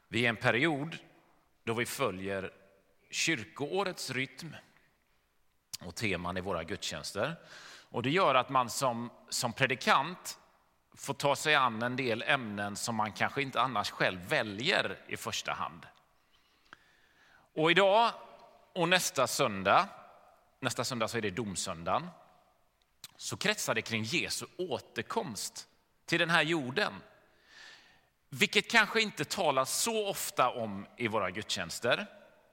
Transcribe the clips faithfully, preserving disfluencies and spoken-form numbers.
Vi är i en period då vi följer kyrkoårets rytm och teman i våra gudstjänster. Och det gör att man som, som predikant får ta sig an en del ämnen som man kanske inte annars själv väljer i första hand. Och idag och nästa söndag, nästa söndag så är det domsöndagen, så kretsar det kring Jesu återkomst till den här jorden. Vilket kanske inte talas så ofta om i våra gudstjänster.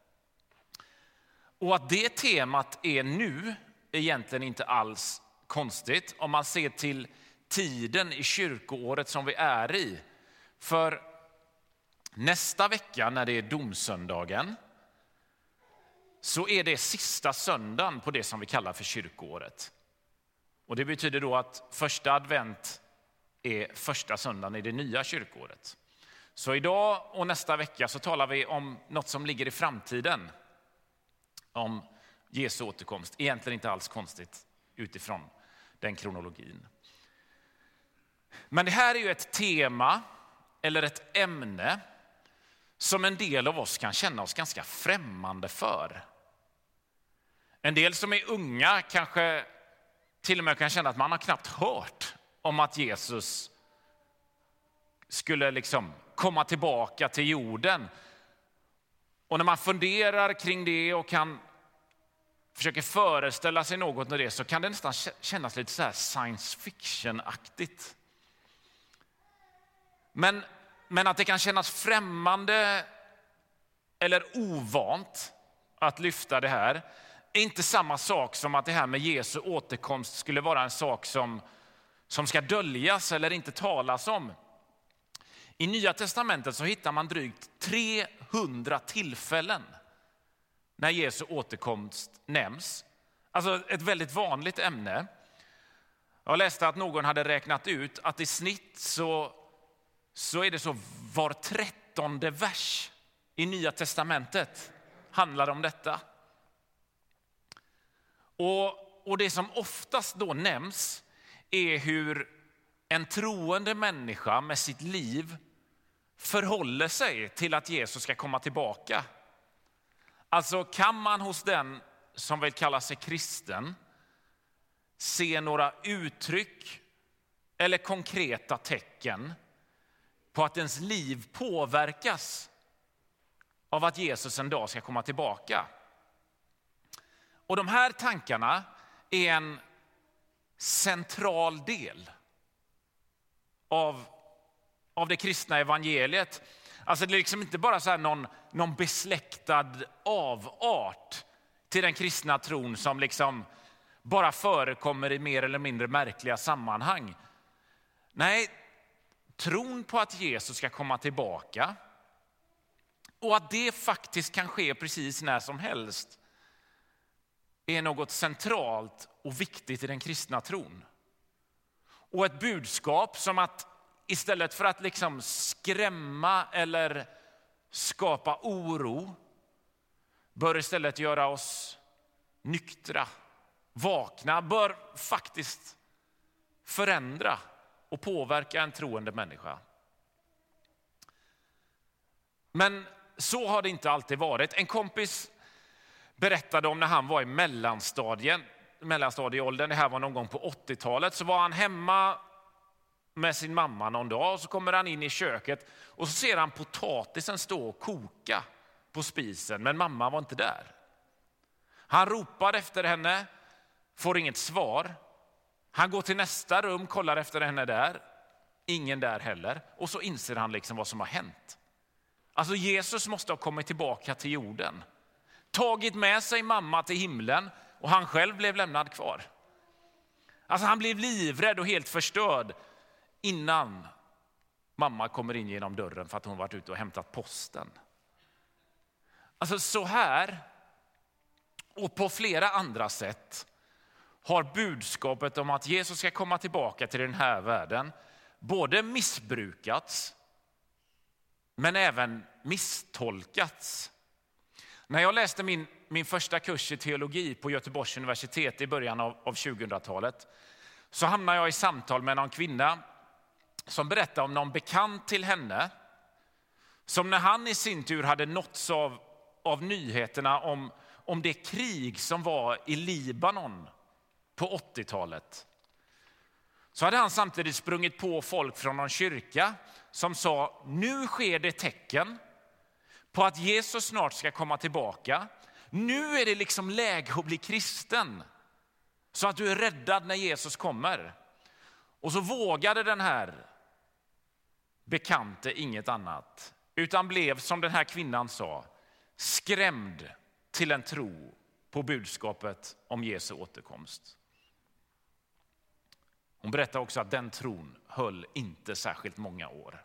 Och att det temat är nu egentligen inte alls konstigt om man ser till tiden i kyrkoåret som vi är i. För nästa vecka när det är domsöndagen så är det sista söndagen på det som vi kallar för kyrkoåret. Och det betyder då att första advent är första söndagen i det nya kyrkoåret. Så idag och nästa vecka så talar vi om något som ligger i framtiden. Om Jesu återkomst. Egentligen inte alls konstigt utifrån den kronologin. Men det här är ju ett tema eller ett ämne som en del av oss kan känna oss ganska främmande för. En del som är unga kanske till och med kan känna att man har knappt hört om att Jesus skulle liksom komma tillbaka till jorden. Och när man funderar kring det och kan försöka föreställa sig något av det så kan det nästan kännas lite så här science fiction-aktigt. Men, men att det kan kännas främmande eller ovant att lyfta det här är inte samma sak som att det här med Jesu återkomst skulle vara en sak som, som ska döljas eller inte talas om. I Nya testamentet så hittar man drygt trehundra tillfällen när Jesu återkomst nämns. Alltså ett väldigt vanligt ämne. Jag läste att någon hade räknat ut att i snitt så, så är det så var trettonde vers i Nya testamentet handlar om detta. Och, och det som oftast då nämns är hur en troende människa med sitt liv förhåller sig till att Jesus ska komma tillbaka. Alltså kan man hos den som vill kalla sig kristen se några uttryck eller konkreta tecken på att ens liv påverkas av att Jesus en dag ska komma tillbaka. Och de här tankarna är en central del av, av det kristna evangeliet. Alltså det är liksom inte bara så här någon, någon besläktad avart till den kristna tron som liksom bara förekommer i mer eller mindre märkliga sammanhang. Nej, tron på att Jesus ska komma tillbaka och att det faktiskt kan ske precis när som helst är något centralt och viktigt i den kristna tron. Och ett budskap som att istället för att liksom skrämma eller skapa oro bör istället göra oss nyktra, vakna, bör faktiskt förändra och påverka en troende människa. Men så har det inte alltid varit. En kompis berättade om när han var i mellanstadien, mellanstadieåldern, det här var någon gång på åttiotalet, så var han hemma med sin mamma någon dag och så kommer han in i köket och så ser han potatisen stå och koka på spisen, men mamma var inte där. Han ropar efter henne, får inget svar. Han går till nästa rum, kollar efter henne där, ingen där heller, och så inser han liksom vad som har hänt. Alltså Jesus måste ha kommit tillbaka till jorden, tagit med sig mamma till himlen och han själv blev lämnad kvar. Alltså han blev livrädd och helt förstörd innan mamma kommer in genom dörren för att hon varit ute och hämtat posten. Alltså så här och på flera andra sätt har budskapet om att Jesus ska komma tillbaka till den här världen både missbrukats men även misstolkats. När jag läste min, min första kurs i teologi på Göteborgs universitet i början av, av tjugohundratalet så hamnade jag i samtal med någon kvinna som berättade om någon bekant till henne Som när han i sin tur hade nåtts av, av nyheterna om, om det krig som var i Libanon på åttiotalet. Så hade han samtidigt sprungit på folk från någon kyrka som sa, nu sker det tecken på att Jesus snart ska komma tillbaka. Nu är det liksom läge att bli kristen så att du är räddad när Jesus kommer. Och så vågade den här bekante inget annat, utan blev, som den här kvinnan sa, skrämd till en tro på budskapet om Jesu återkomst. Hon berättar också att den tron höll inte särskilt många år.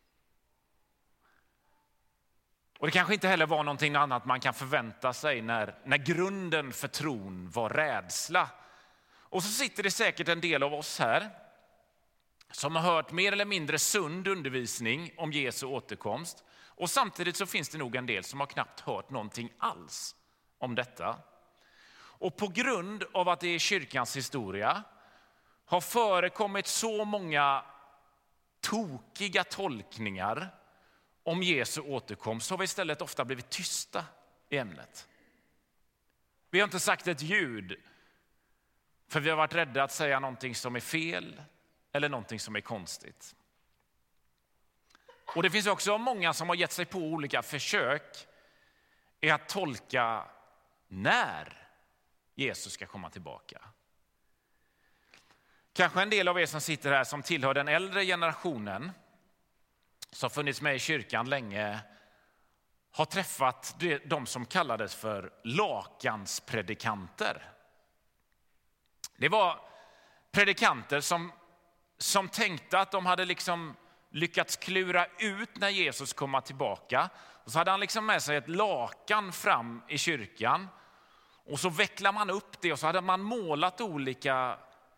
Och det kanske inte heller var någonting annat man kan förvänta sig när, när grunden för tron var rädsla. Och så sitter det säkert en del av oss här som har hört mer eller mindre sund undervisning om Jesu återkomst. Och samtidigt så finns det nog en del som har knappt hört någonting alls om detta. Och på grund av att det är kyrkans historia har förekommit så många tokiga tolkningar om Jesu återkomst, så har vi istället ofta blivit tysta i ämnet. Vi har inte sagt ett ljud för vi har varit rädda att säga någonting som är fel eller någonting som är konstigt. Och det finns också många som har gett sig på olika försök i att tolka när Jesus ska komma tillbaka. Kanske en del av er som sitter här som tillhör den äldre generationen som funnits med i kyrkan länge har träffat de som kallades för lakanspredikanter. Det var predikanter som, som tänkte att de hade liksom lyckats klura ut när Jesus kommer tillbaka. Och så hade han liksom med sig ett lakan fram i kyrkan. Och så vecklar man upp det och så hade man målat olika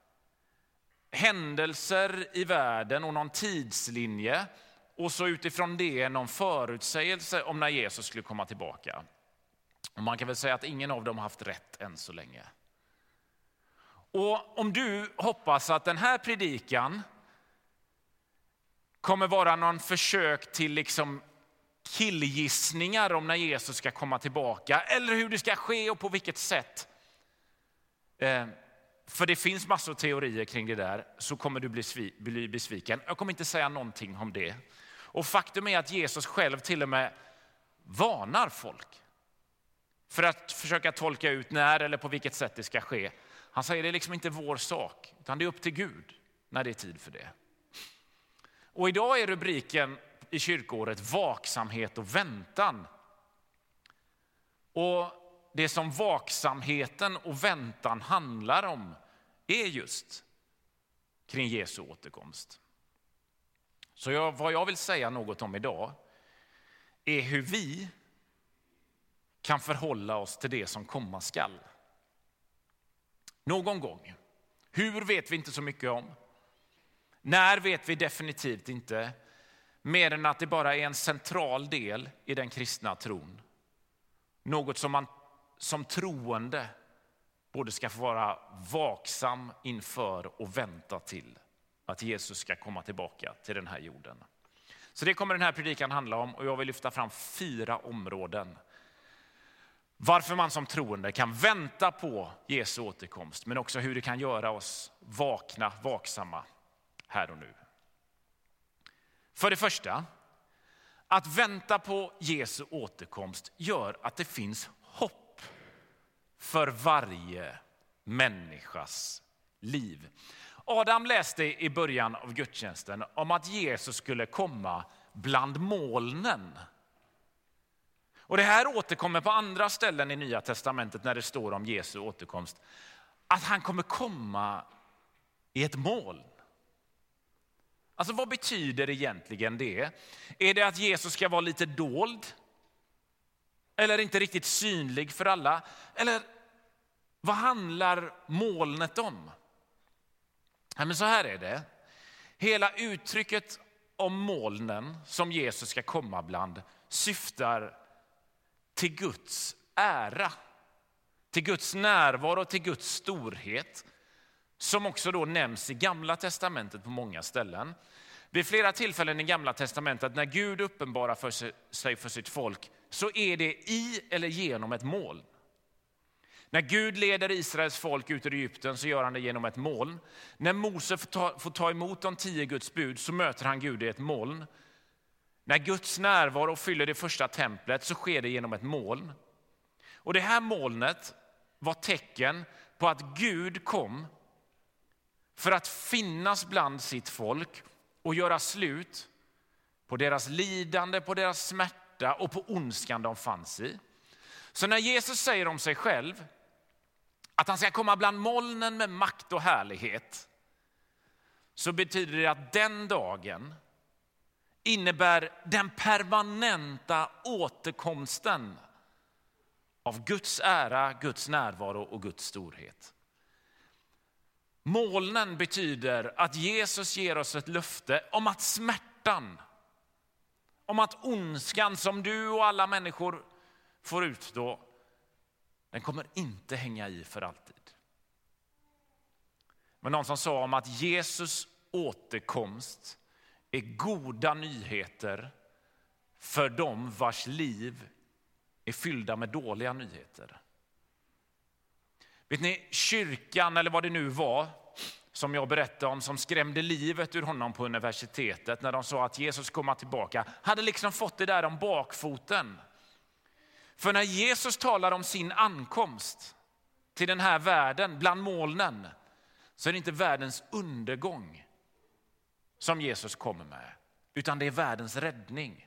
händelser i världen och någon tidslinje. Och så utifrån det någon förutsägelse om när Jesus skulle komma tillbaka. Och man kan väl säga att ingen av dem har haft rätt än så länge. Och om du hoppas att den här predikan kommer vara någon försök till liksom killgissningar om när Jesus ska komma tillbaka eller hur det ska ske och på vilket sätt. Eh, för det finns massor av teorier kring det där, så kommer du bli, svi- bli besviken. Jag kommer inte säga någonting om det. Och faktum är att Jesus själv till och med varnar folk för att försöka tolka ut när eller på vilket sätt det ska ske. Han säger det är liksom inte vår sak, utan det är upp till Gud när det är tid för det. Och idag är rubriken i kyrkåret vaksamhet och väntan. Och det som vaksamheten och väntan handlar om är just kring Jesu återkomst. Så jag, vad jag vill säga något om idag är hur vi kan förhålla oss till det som komma skall. Någon gång. Hur vet vi inte så mycket om. När vet vi definitivt inte. Mer än att det bara är en central del i den kristna tron. Något som man som troende både ska få vara vaksam inför och vänta till. Att Jesus ska komma tillbaka till den här jorden. Så det kommer den här predikan handla om, och jag vill lyfta fram fyra områden. Varför man som troende kan vänta på Jesu återkomst, men också hur det kan göra oss vakna, vaksamma här och nu. För det första, att vänta på Jesu återkomst gör att det finns hopp för varje människas liv. Adam läste i början av gudstjänsten om att Jesus skulle komma bland molnen. Och det här återkommer på andra ställen i Nya testamentet när det står om Jesu återkomst. Att han kommer komma i ett moln. Alltså vad betyder egentligen det? Är det att Jesus ska vara lite dold? Eller inte riktigt synlig för alla? Eller vad handlar molnet om? Ja, men så här är det. Hela uttrycket om molnen som Jesus ska komma bland syftar till Guds ära. Till Guds närvaro, till Guds storhet. Som också då nämns i Gamla testamentet på många ställen. Vid flera tillfällen i Gamla testamentet när Gud uppenbarar för sig för sitt folk så är det i eller genom ett moln. När Gud leder Israels folk ut ur Egypten så gör han det genom ett moln. När Mose får ta, får ta emot de tio Guds bud så möter han Gud i ett moln. När Guds närvaro fyller det första templet så sker det genom ett moln. Och det här molnet var tecken på att Gud kom för att finnas bland sitt folk och göra slut på deras lidande, på deras smärta och på ondskan de fanns i. Så när Jesus säger om sig själv att han ska komma bland molnen med makt och härlighet, så betyder det att den dagen innebär den permanenta återkomsten av Guds ära, Guds närvaro och Guds storhet. Molnen betyder att Jesus ger oss ett löfte om att smärtan, om att ondskan som du och alla människor får utstå, den kommer inte hänga i för alltid. Men någon som sa om att Jesus återkomst är goda nyheter för dem vars liv är fyllda med dåliga nyheter. Vet ni, kyrkan eller vad det nu var som jag berättade om som skrämde livet ur honom på universitetet när de sa att Jesus kommer tillbaka, hade liksom fått det där om bakfoten. För när Jesus talar om sin ankomst till den här världen bland molnen så är det inte världens undergång som Jesus kommer med, utan det är världens räddning.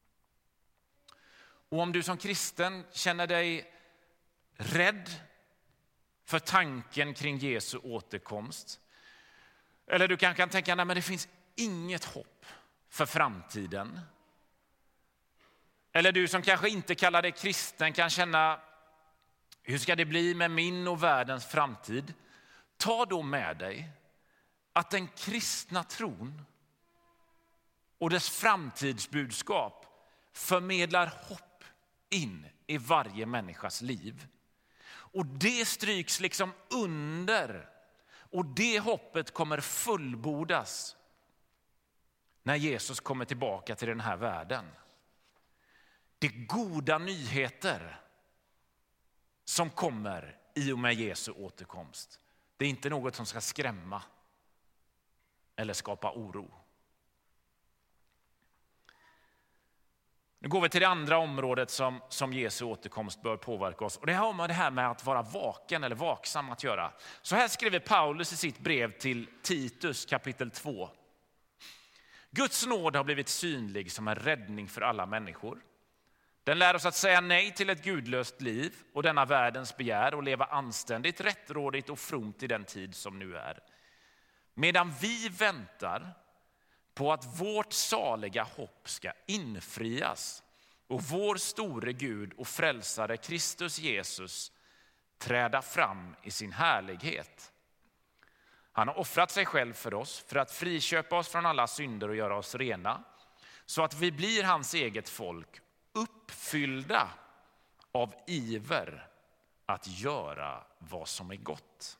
Och om du som kristen känner dig rädd för tanken kring Jesu återkomst, eller du kan, kan tänka att det finns inget hopp för framtiden, eller du som kanske inte kallar dig kristen kan känna, hur ska det bli med min och världens framtid? Ta då med dig att den kristna tron och dess framtidsbudskap förmedlar hopp in i varje människas liv. Och det stryks liksom under, och det hoppet kommer fullbordas när Jesus kommer tillbaka till den här världen. Det är goda nyheter som kommer i och med Jesu återkomst. Det är inte något som ska skrämma eller skapa oro. Nu går vi till det andra området som, som Jesu återkomst bör påverka oss. Och det har med det här med att vara vaken eller vaksam att göra. Så här skriver Paulus i sitt brev till Titus kapitel två. Guds nåd har blivit synlig som en räddning för alla människor. Den lär oss att säga nej till ett gudlöst liv och denna världens begär och leva anständigt, rättrådigt och fromt i den tid som nu är. Medan vi väntar på att vårt saliga hopp ska infrias och vår store Gud och frälsare Kristus Jesus träda fram i sin härlighet. Han har offrat sig själv för oss för att friköpa oss från alla synder och göra oss rena, så att vi blir hans eget folk, uppfyllda av iver att göra vad som är gott.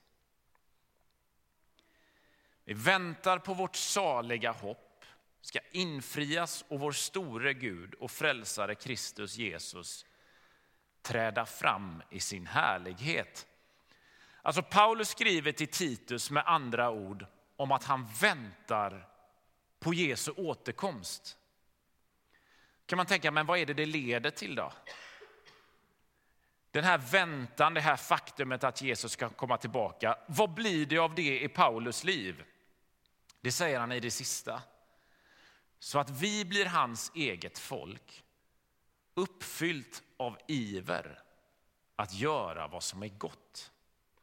Vi väntar på vårt saliga hopp ska infrias och vår store Gud och frälsare Kristus Jesus träda fram i sin härlighet. Alltså Paulus skriver till Titus med andra ord om att han väntar på Jesu återkomst. Kan man tänka, men vad är det det leder till då? Den här väntan, det här faktumet att Jesus ska komma tillbaka. Vad blir det av det i Paulus liv? Det säger han i det sista. Så att vi blir hans eget folk, uppfyllt av iver att göra vad som är gott.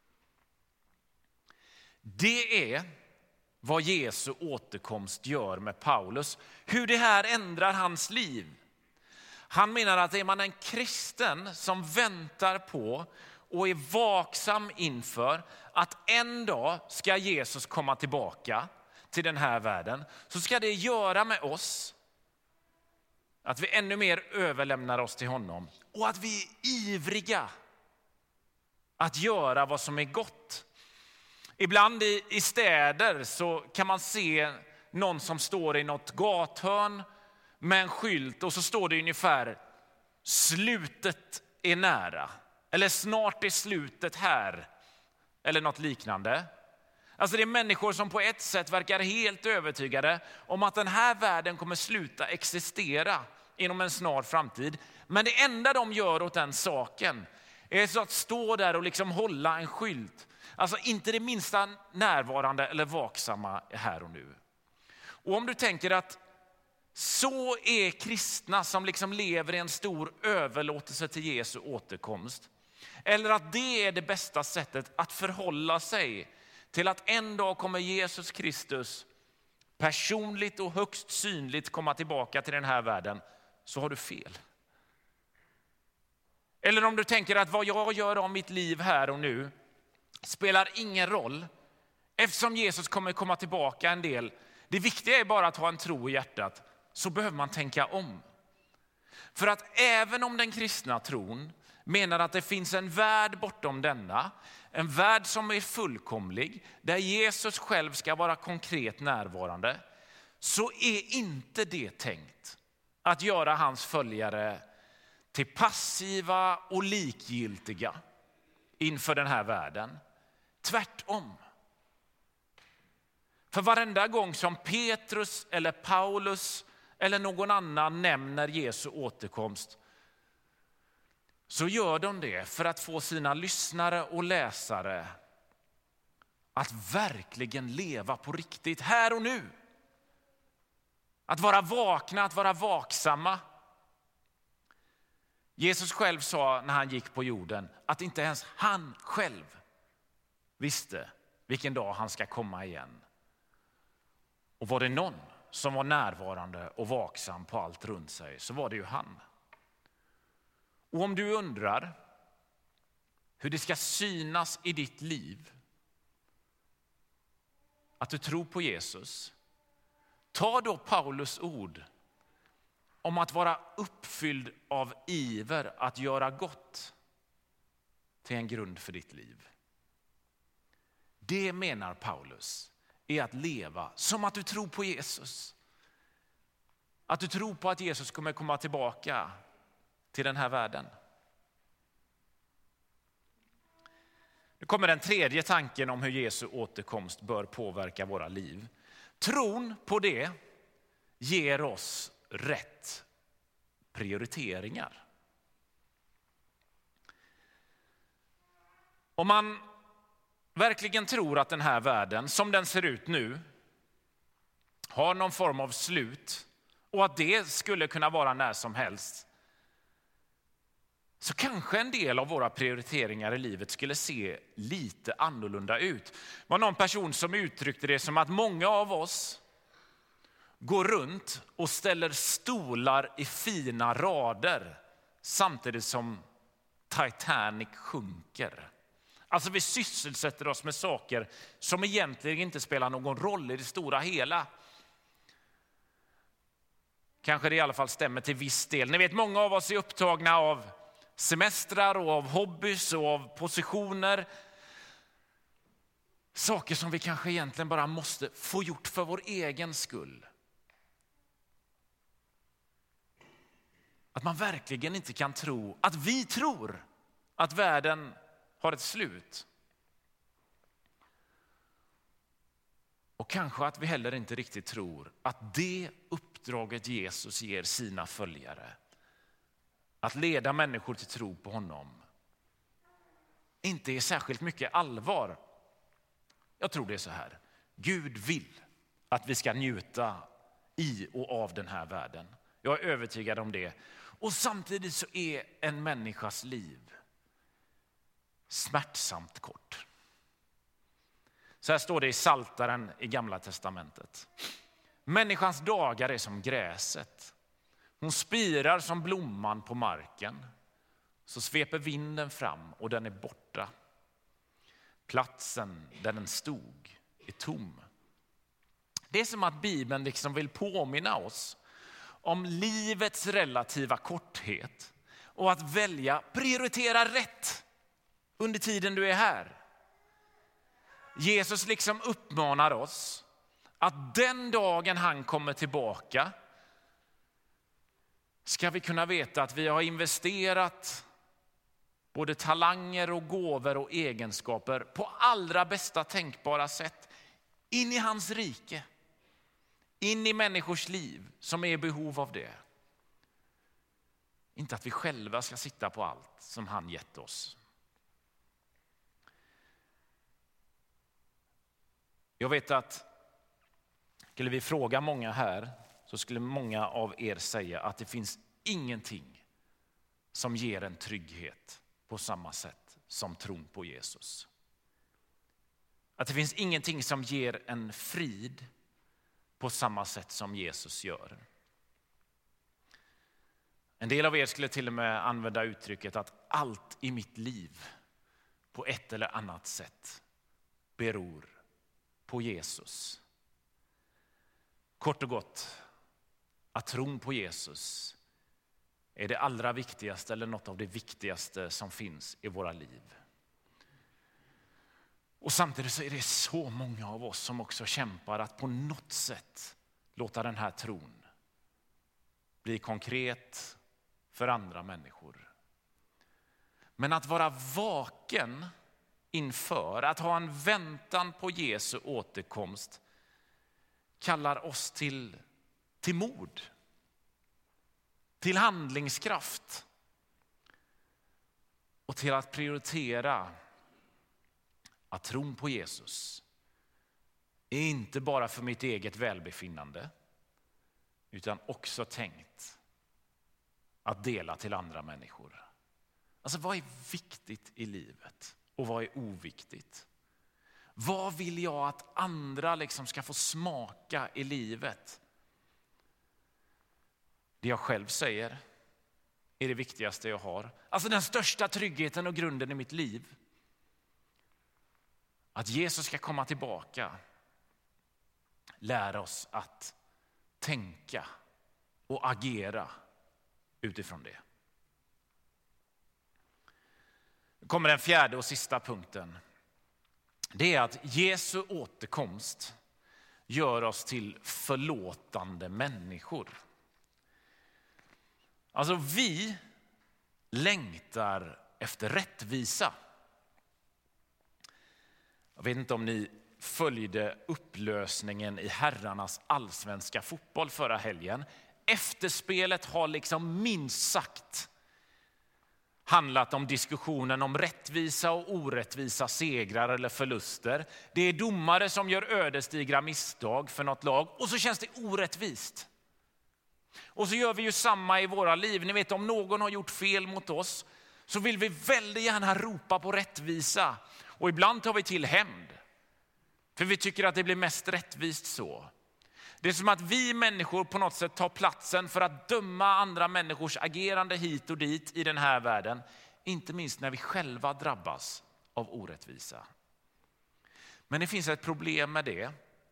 Det är vad Jesu återkomst gör med Paulus. Hur det här ändrar hans liv. Han menar att är man en kristen som väntar på och är vaksam inför att en dag ska Jesus komma tillbaka till den här världen, så ska det göra med oss att vi ännu mer överlämnar oss till honom och att vi är ivriga att göra vad som är gott. Ibland i, i städer så kan man se någon som står i något gathörn med en skylt och så står det ungefär slutet är nära. Eller snart är slutet här. Eller något liknande. Alltså det är människor som på ett sätt verkar helt övertygade om att den här världen kommer sluta existera inom en snar framtid. Men det enda de gör åt den saken är så att stå där och liksom hålla en skylt. Alltså inte det minsta närvarande eller vaksamma här och nu. Och om du tänker att så är kristna som liksom lever i en stor överlåtelse till Jesu återkomst. Eller att det är det bästa sättet att förhålla sig till att en dag kommer Jesus Kristus personligt och högst synligt komma tillbaka till den här världen, så har du fel. Eller om du tänker att vad jag gör av mitt liv här och nu spelar ingen roll, eftersom Jesus kommer komma tillbaka en del. Det viktiga är bara att ha en tro i hjärtat, så behöver man tänka om. För att även om den kristna tron menar att det finns en värld bortom denna, en värld som är fullkomlig, där Jesus själv ska vara konkret närvarande, så är inte det tänkt att göra hans följare till passiva och likgiltiga inför den här världen. Tvärtom. För varenda gång som Petrus eller Paulus eller någon annan nämner Jesu återkomst, så gör de det för att få sina lyssnare och läsare att verkligen leva på riktigt här och nu. Att vara vakna, att vara vaksamma. Jesus själv sa när han gick på jorden att inte ens han själv visste vilken dag han ska komma igen. Och var det någon som var närvarande och vaksam på allt runt sig, så var det ju han. Och om du undrar hur det ska synas i ditt liv att du tror på Jesus, ta då Paulus ord om att vara uppfylld av iver att göra gott till en grund för ditt liv. Det menar Paulus är att leva som att du tror på Jesus. Att du tror på att Jesus kommer komma tillbaka till den här världen. Nu kommer den tredje tanken om hur Jesu återkomst bör påverka våra liv. Tron på det ger oss rätt prioriteringar. Om man verkligen tror att den här världen, som den ser ut nu, har någon form av slut och att det skulle kunna vara när som helst, så kanske en del av våra prioriteringar i livet skulle se lite annorlunda ut. Det var någon person som uttryckte det som att många av oss går runt och ställer stolar i fina rader samtidigt som Titanic sjunker. Alltså vi sysselsätter oss med saker som egentligen inte spelar någon roll i det stora hela. Kanske det i alla fall stämmer till viss del. Ni vet, många av oss är upptagna av semestrar och av hobbys och av positioner. Saker som vi kanske egentligen bara måste få gjort för vår egen skull. Att man verkligen inte kan tro att vi tror att världen har ett slut. Och kanske att vi heller inte riktigt tror att det uppdraget Jesus ger sina följare, att leda människor till tro på honom, inte är särskilt mycket allvar. Jag tror det är så här. Gud vill att vi ska njuta i och av den här världen. Jag är övertygad om det. Och samtidigt så är en människas liv smärtsamt kort. Så här står det i Psaltaren i Gamla testamentet. Människans dagar är som gräset. Hon spirar som blomman på marken. Så sveper vinden fram och den är borta. Platsen där den stod är tom. Det är som att Bibeln liksom vill påminna oss om livets relativa korthet och att välja, prioritera rätt under tiden du är här. Jesus liksom uppmanar oss Att den dagen han kommer tillbaka ska vi kunna veta att vi har investerat både talanger och gåvor och egenskaper på allra bästa tänkbara sätt in i hans rike. In i människors liv som är i behov av det. Inte att vi själva ska sitta på allt som han gett oss. Jag vet att skulle vi fråga många här så skulle många av er säga att det finns ingenting som ger en trygghet på samma sätt som tron på Jesus. Att det finns ingenting som ger en frid på samma sätt som Jesus gör. En del av er skulle till och med använda uttrycket att allt i mitt liv på ett eller annat sätt beror på Jesus. Kort och gott, att tron på Jesus är det allra viktigaste eller något av det viktigaste som finns i våra liv. Och samtidigt så är det så många av oss som också kämpar att på något sätt låta den här tron bli konkret för andra människor. Men att vara vaken inför, att ha en väntan på Jesu återkomst kallar oss till, till mod, till handlingskraft och till att prioritera att tron på Jesus är inte bara för mitt eget välbefinnande utan också tänkt att dela till andra människor. Alltså vad är viktigt i livet och vad är oviktigt? Vad vill jag att andra liksom ska få smaka i livet? Det jag själv säger är det viktigaste jag har. Alltså den största tryggheten och grunden i mitt liv. Att Jesus ska komma tillbaka. Lära oss att tänka och agera utifrån det. Nu kommer den fjärde och sista punkten. Det är att Jesu återkomst gör oss till förlåtande människor. Alltså vi längtar efter rättvisa. Jag vet inte om ni följde upplösningen i herrarnas allsvenska fotboll förra helgen. Efterspelet har liksom minst sagt handlat om diskussionen om rättvisa och orättvisa segrar eller förluster. Det är domare som gör ödesdigra misstag för något lag och så känns det orättvist. Och så gör vi ju samma i våra liv. Ni vet, om någon har gjort fel mot oss så vill vi väldigt gärna ropa på rättvisa. Och ibland tar vi till hämnd. För vi tycker att det blir mest rättvist så. Det är som att vi människor på något sätt tar platsen för att döma andra människors agerande hit och dit i den här världen. Inte minst när vi själva drabbas av orättvisa. Men det finns ett problem med det.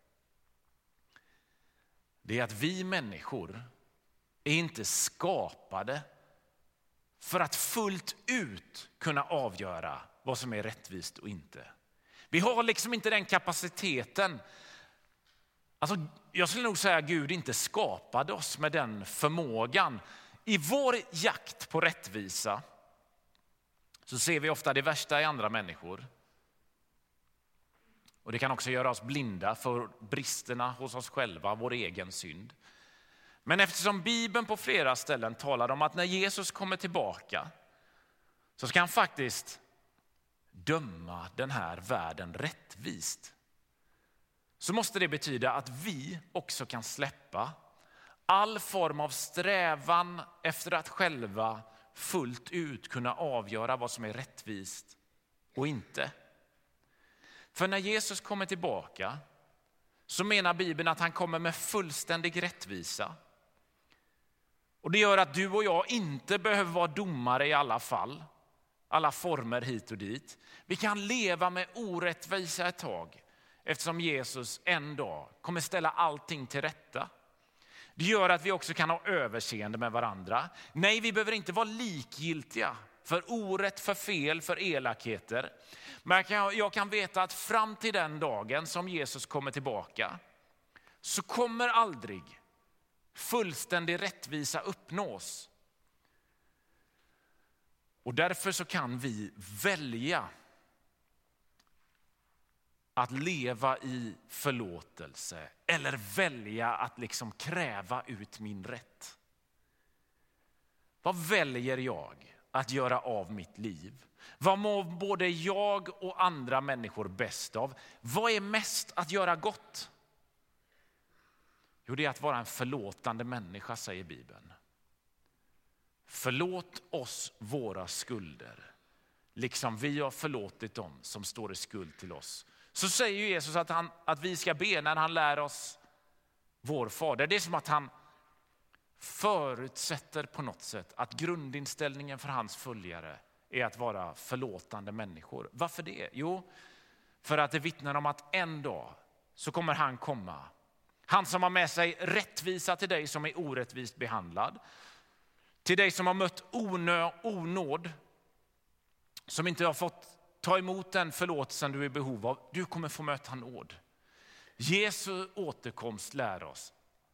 Det är att vi människor är inte skapade för att fullt ut kunna avgöra vad som är rättvist och inte. Vi har liksom inte den kapaciteten. Alltså, jag skulle nog säga att Gud inte skapade oss med den förmågan. I vår jakt på rättvisa så ser vi ofta det värsta i andra människor. Och det kan också göra oss blinda för bristerna hos oss själva, vår egen synd. Men eftersom Bibeln på flera ställen talar om att när Jesus kommer tillbaka så ska han faktiskt döma den här världen rättvist. Så måste det betyda att vi också kan släppa all form av strävan efter att själva fullt ut kunna avgöra vad som är rättvist och inte. För när Jesus kommer tillbaka så menar Bibeln att han kommer med fullständig rättvisa. Och det gör att du och jag inte behöver vara domare i alla fall. Alla former hit och dit. Vi kan leva med orättvisa ett tag. Eftersom Jesus en dag kommer ställa allting till rätta. Det gör att vi också kan ha överseende med varandra. Nej, vi behöver inte vara likgiltiga för orätt, för fel, för elakheter. Men jag kan, jag kan veta att fram till den dagen som Jesus kommer tillbaka så kommer aldrig fullständig rättvisa uppnås. Och därför så kan vi välja att leva i förlåtelse eller välja att liksom kräva ut min rätt. Vad väljer jag att göra av mitt liv? Vad mår både jag och andra människor bäst av? Vad är mest att göra gott? Jo, det är att vara en förlåtande människa, säger Bibeln. Förlåt oss våra skulder, liksom vi har förlåtit dem som står i skuld till oss. Så säger Jesus att, han, att vi ska be när han lär oss vår fader. Det är som att han förutsätter på något sätt att grundinställningen för hans följare är att vara förlåtande människor. Varför det? Jo, för att det vittnar om att en dag så kommer han komma. Han som har med sig rättvisa till dig som är orättvist behandlad. Till dig som har mött onö, onåd. Som inte har fått ta emot den förlåtelsen du är i behov av. Du kommer få möta nåd. Jesu återkomst lär oss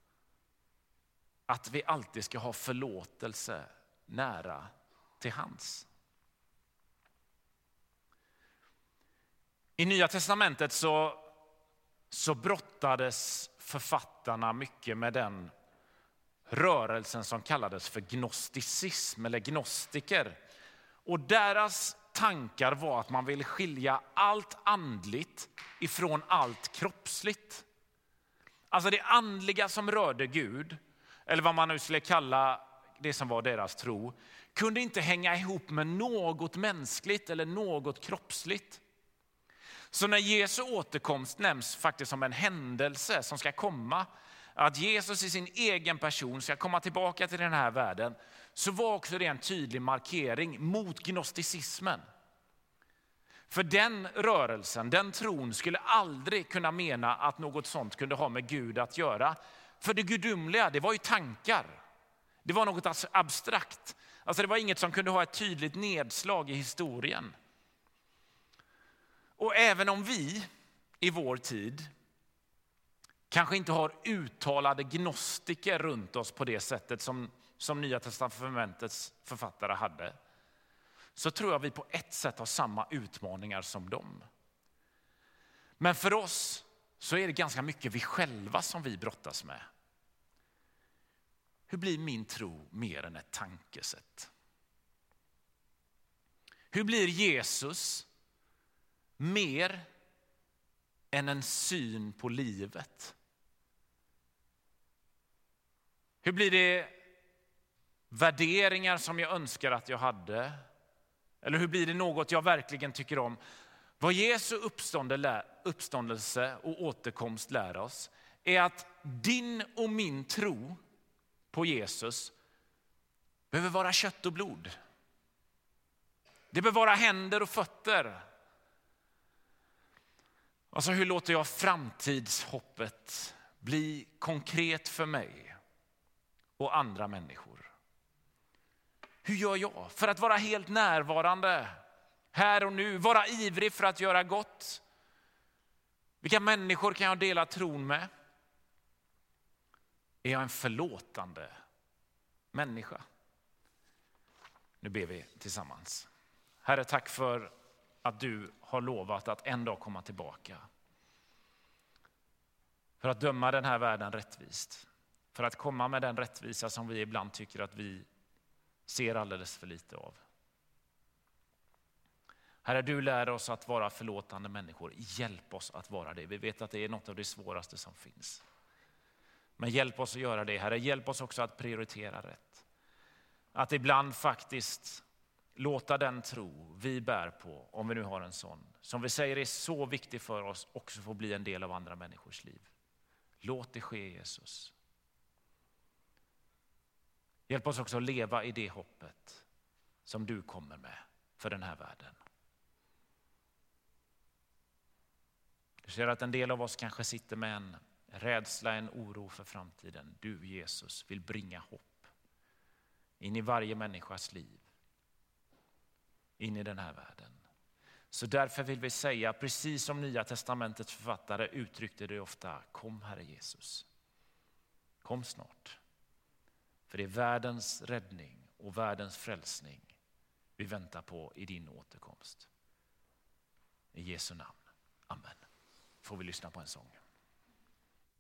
att vi alltid ska ha förlåtelse nära till hands. I Nya testamentet så, så brottades författarna mycket med den rörelsen som kallades för gnosticism eller gnostiker. Och deras tankar var att man ville skilja allt andligt ifrån allt kroppsligt. Alltså det andliga som rörde Gud, eller vad man nu skulle kalla det som var deras tro, kunde inte hänga ihop med något mänskligt eller något kroppsligt. Så när Jesu återkomst nämns faktiskt som en händelse som ska komma, att Jesus i sin egen person ska komma tillbaka till den här världen, så var också det en tydlig markering mot gnosticismen. För den rörelsen, den tron skulle aldrig kunna mena att något sånt kunde ha med Gud att göra. För det gudomliga, det var ju tankar. Det var något abstrakt. Alltså det var inget som kunde ha ett tydligt nedslag i historien. Och även om vi i vår tid kanske inte har uttalade gnostiker runt oss på det sättet som, som Nya testamentets författare hade, så tror jag vi på ett sätt har samma utmaningar som dem. Men för oss så är det ganska mycket vi själva som vi brottas med. Hur blir min tro mer än ett tankesätt? Hur blir Jesus mer än en syn på livet? Hur blir det värderingar som jag önskar att jag hade? Eller hur blir det något jag verkligen tycker om? Vad Jesu uppståndelse och återkomst lär oss är att din och min tro på Jesus behöver vara kött och blod. Det behöver vara händer och fötter. Alltså hur låter jag framtidshoppet bli konkret för mig och andra människor? Hur gör jag för att vara helt närvarande här och nu? Vara ivrig för att göra gott? Vilka människor kan jag dela tron med? Är jag en förlåtande människa? Nu ber vi tillsammans. Herre, tack för att du har lovat att en dag komma tillbaka. För att döma den här världen rättvist. För att komma med den rättvisa som vi ibland tycker att vi ser alldeles för lite av. Herre, du lär oss att vara förlåtande människor. Hjälp oss att vara det. Vi vet att det är något av det svåraste som finns. Men hjälp oss att göra det, Herre. Hjälp oss också att prioritera rätt. Att ibland faktiskt låta den tro vi bär på, om vi nu har en sån, som vi säger är så viktig för oss, också få bli en del av andra människors liv. Låt det ske, Jesus. Hjälp oss också att leva i det hoppet som du kommer med för den här världen. Du ser att en del av oss kanske sitter med en rädsla, en oro för framtiden. Du, Jesus, vill bringa hopp in i varje människas liv. In i den här världen. Så därför vill vi säga, precis som Nya testamentets författare uttryckte det ofta: kom Herre Jesus, kom snart. För det är världens räddning och världens frälsning vi väntar på i din återkomst. I Jesu namn. Amen. Får vi lyssna på en sång.